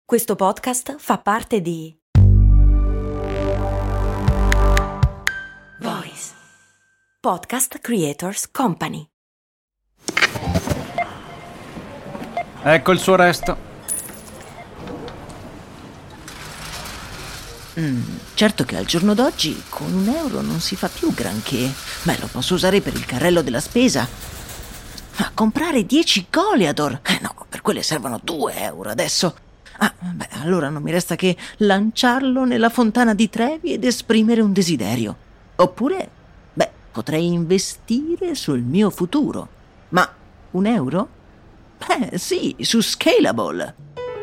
Questo podcast fa parte di Voice Podcast Creators Company. Ecco il suo resto. Certo che al giorno d'oggi con €1 non si fa più granché. Lo posso usare per il carrello della spesa. Ma comprare 10 Goliador? No, per quelle servono €2 adesso. Allora non mi resta che lanciarlo nella fontana di Trevi ed esprimere un desiderio. Oppure, potrei investire sul mio futuro. Ma €1? Sì, su Scalable.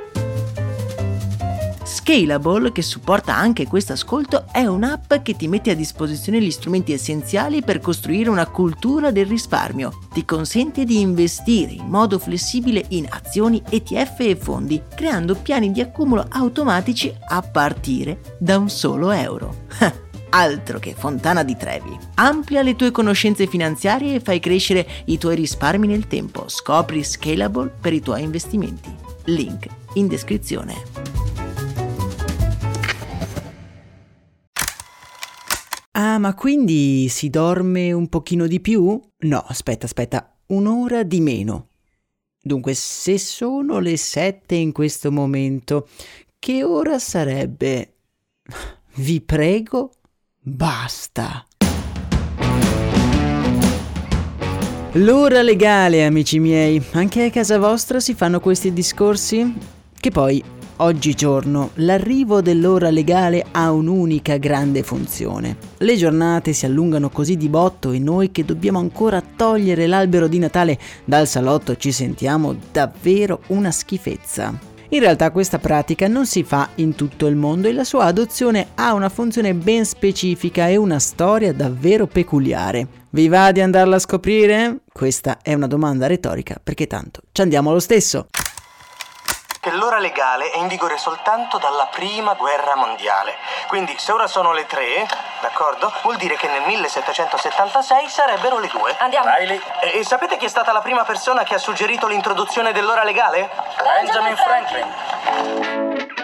Scalable, che supporta anche questo ascolto, è un'app che ti mette a disposizione gli strumenti essenziali per costruire una cultura del risparmio. Ti consente di investire in modo flessibile in azioni, ETF e fondi, creando piani di accumulo automatici a partire da un solo euro. Altro che fontana di Trevi. Amplia le tue conoscenze finanziarie e fai crescere i tuoi risparmi nel tempo. Scopri Scalable per i tuoi investimenti. Link in descrizione. Ma quindi si dorme un pochino di più? No, aspetta, 1 ora di meno. Dunque, se sono le 7 in questo momento, che ora sarebbe? Vi prego, basta. L'ora legale, amici miei. Anche a casa vostra si fanno questi discorsi? Che poi, oggigiorno, l'arrivo dell'ora legale ha un'unica grande funzione. Le giornate si allungano così di botto e noi che dobbiamo ancora togliere l'albero di Natale dal salotto ci sentiamo davvero una schifezza. In realtà questa pratica non si fa in tutto il mondo e la sua adozione ha una funzione ben specifica e una storia davvero peculiare. Vi va di andarla a scoprire? Questa è una domanda retorica, perché tanto ci andiamo lo stesso. L'ora legale è in vigore soltanto dalla prima guerra mondiale. Quindi se ora sono le 3, d'accordo? Vuol dire che nel 1776 sarebbero le 2. Andiamo. Riley. E sapete chi è stata la prima persona che ha suggerito l'introduzione dell'ora legale? Benjamin Franklin.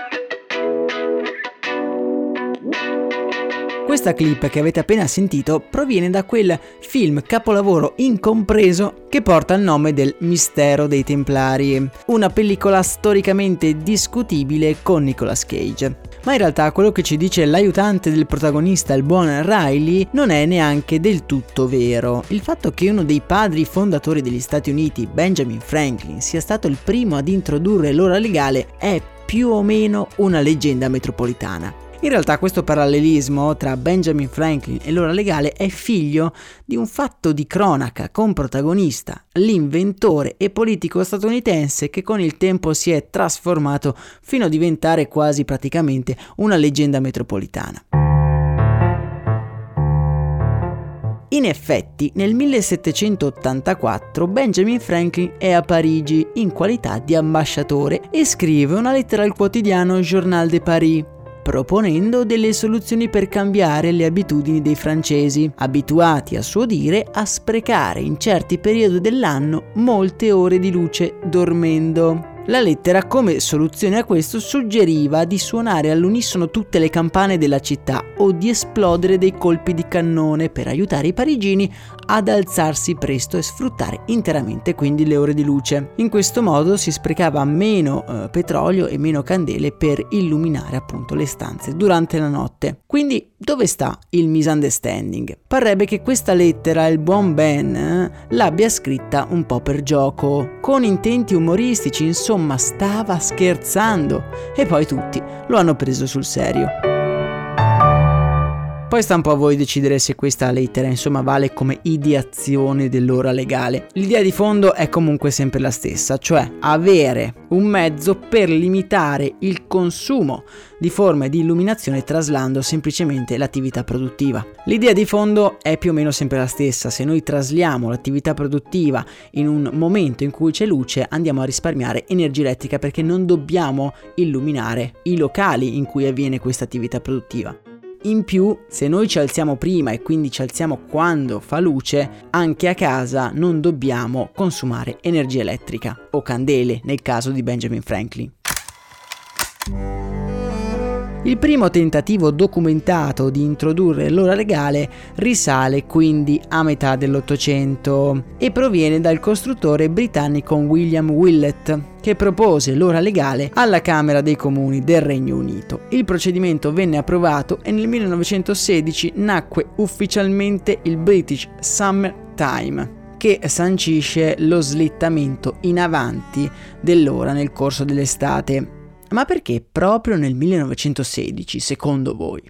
Questa clip che avete appena sentito proviene da quel film capolavoro incompreso che porta il nome del Mistero dei Templari, una pellicola storicamente discutibile con Nicolas Cage. Ma in realtà quello che ci dice l'aiutante del protagonista, il buon Riley, non è neanche del tutto vero. Il fatto che uno dei padri fondatori degli Stati Uniti, Benjamin Franklin, sia stato il primo ad introdurre l'ora legale è più o meno una leggenda metropolitana. In realtà questo parallelismo tra Benjamin Franklin e l'ora legale è figlio di un fatto di cronaca con protagonista l'inventore e politico statunitense che con il tempo si è trasformato fino a diventare quasi praticamente una leggenda metropolitana. In effetti, nel 1784 Benjamin Franklin è a Parigi in qualità di ambasciatore e scrive una lettera al quotidiano Journal de Paris, proponendo delle soluzioni per cambiare le abitudini dei francesi, abituati a suo dire a sprecare in certi periodi dell'anno molte ore di luce dormendo. La lettera, come soluzione a questo, suggeriva di suonare all'unisono tutte le campane della città o di esplodere dei colpi di cannone per aiutare i parigini ad alzarsi presto e sfruttare interamente quindi le ore di luce. In questo modo si sprecava meno petrolio e meno candele per illuminare appunto le stanze durante la notte. Quindi dove sta il misunderstanding? Parrebbe che questa lettera il buon Ben l'abbia scritta un po' per gioco, con intenti umoristici, insomma stava scherzando e poi tutti lo hanno preso sul serio. Poi sta un po' a voi decidere se questa lettera insomma vale come ideazione dell'ora legale. L'idea di fondo è comunque sempre la stessa, cioè avere un mezzo per limitare il consumo di forme di illuminazione traslando semplicemente l'attività produttiva. L'idea di fondo è più o meno sempre la stessa: se noi trasliamo l'attività produttiva in un momento in cui c'è luce andiamo a risparmiare energia elettrica perché non dobbiamo illuminare i locali in cui avviene questa attività produttiva. In più, se noi ci alziamo prima e quindi ci alziamo quando fa luce, anche a casa non dobbiamo consumare energia elettrica o candele nel caso di Benjamin Franklin. Il primo tentativo documentato di introdurre l'ora legale risale quindi a metà dell'Ottocento e proviene dal costruttore britannico William Willett, che propose l'ora legale alla Camera dei Comuni del Regno Unito. Il procedimento venne approvato e nel 1916 nacque ufficialmente il British Summer Time, che sancisce lo slittamento in avanti dell'ora nel corso dell'estate. Ma perché proprio nel 1916, secondo voi?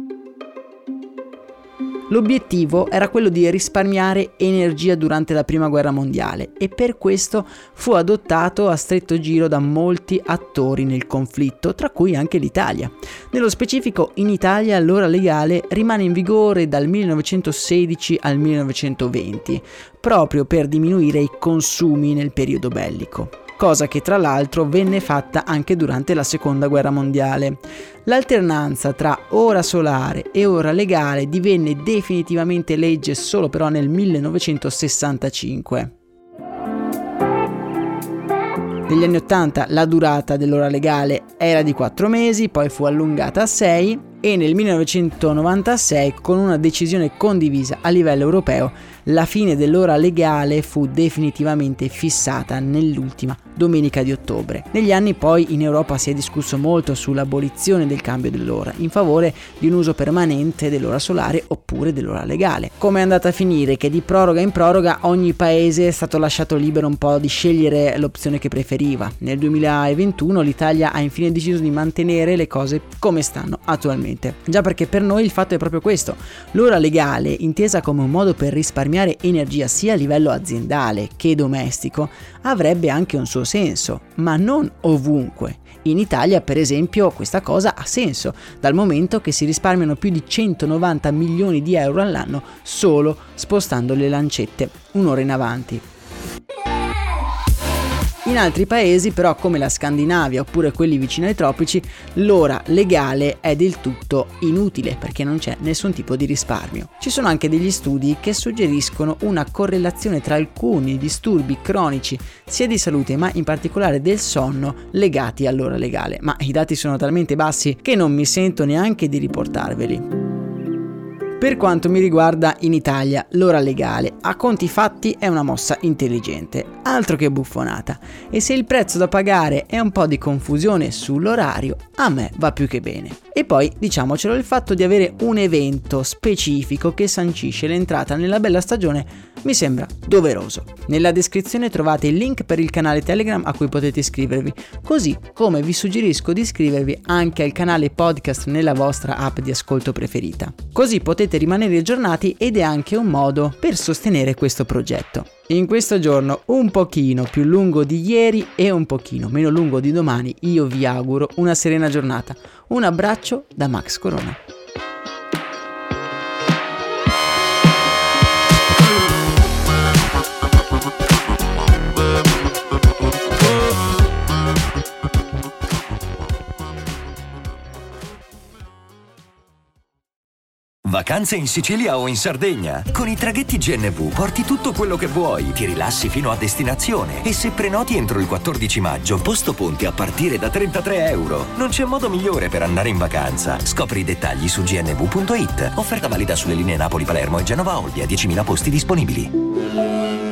L'obiettivo era quello di risparmiare energia durante la Prima Guerra Mondiale e per questo fu adottato a stretto giro da molti attori nel conflitto, tra cui anche l'Italia. Nello specifico, in Italia l'ora legale rimane in vigore dal 1916 al 1920, proprio per diminuire i consumi nel periodo bellico. Cosa che tra l'altro venne fatta anche durante la Seconda Guerra Mondiale. L'alternanza tra ora solare e ora legale divenne definitivamente legge solo però nel 1965. Negli anni 80 la durata dell'ora legale era di 4 mesi, poi fu allungata a 6 e nel 1996, con una decisione condivisa a livello europeo, la fine dell'ora legale fu definitivamente fissata nell'ultima domenica di ottobre. Negli anni poi in Europa si è discusso molto sull'abolizione del cambio dell'ora in favore di un uso permanente dell'ora solare oppure dell'ora legale. Come è andata a finire? Che di proroga in proroga ogni paese è stato lasciato libero un po' di scegliere l'opzione che preferiva. Nel 2021 l'Italia ha infine deciso di mantenere le cose come stanno attualmente. Già perché per noi il fatto è proprio questo: l'ora legale, intesa come un modo per risparmiare energia sia a livello aziendale che domestico, avrebbe anche un suo senso, ma non ovunque. In Italia, per esempio, questa cosa ha senso, dal momento che si risparmiano più di 190 milioni di euro all'anno solo spostando le lancette un'ora in avanti. In altri paesi però, come la Scandinavia oppure quelli vicino ai tropici, l'ora legale è del tutto inutile perché non c'è nessun tipo di risparmio. Ci sono anche degli studi che suggeriscono una correlazione tra alcuni disturbi cronici sia di salute ma in particolare del sonno legati all'ora legale, ma i dati sono talmente bassi che non mi sento neanche di riportarveli. Per quanto mi riguarda, in Italia l'ora legale a conti fatti è una mossa intelligente, altro che buffonata, e se il prezzo da pagare è un po' di confusione sull'orario, a me va più che bene. E poi, diciamocelo, il fatto di avere un evento specifico che sancisce l'entrata nella bella stagione mi sembra doveroso. Nella descrizione trovate il link per il canale Telegram a cui potete iscrivervi, così come vi suggerisco di iscrivervi anche al canale podcast nella vostra app di ascolto preferita. Così potete rimanere aggiornati ed è anche un modo per sostenere questo progetto. In questo giorno un pochino più lungo di ieri e un pochino meno lungo di domani, io vi auguro una serena giornata. Un abbraccio da Max Corona. Vacanze in Sicilia o in Sardegna? Con i traghetti GNV porti tutto quello che vuoi, ti rilassi fino a destinazione e se prenoti entro il 14 maggio, posto ponti a partire da €33. Non c'è modo migliore per andare in vacanza. Scopri i dettagli su gnv.it. Offerta valida sulle linee Napoli-Palermo e Genova-Olbia, 10.000 posti disponibili.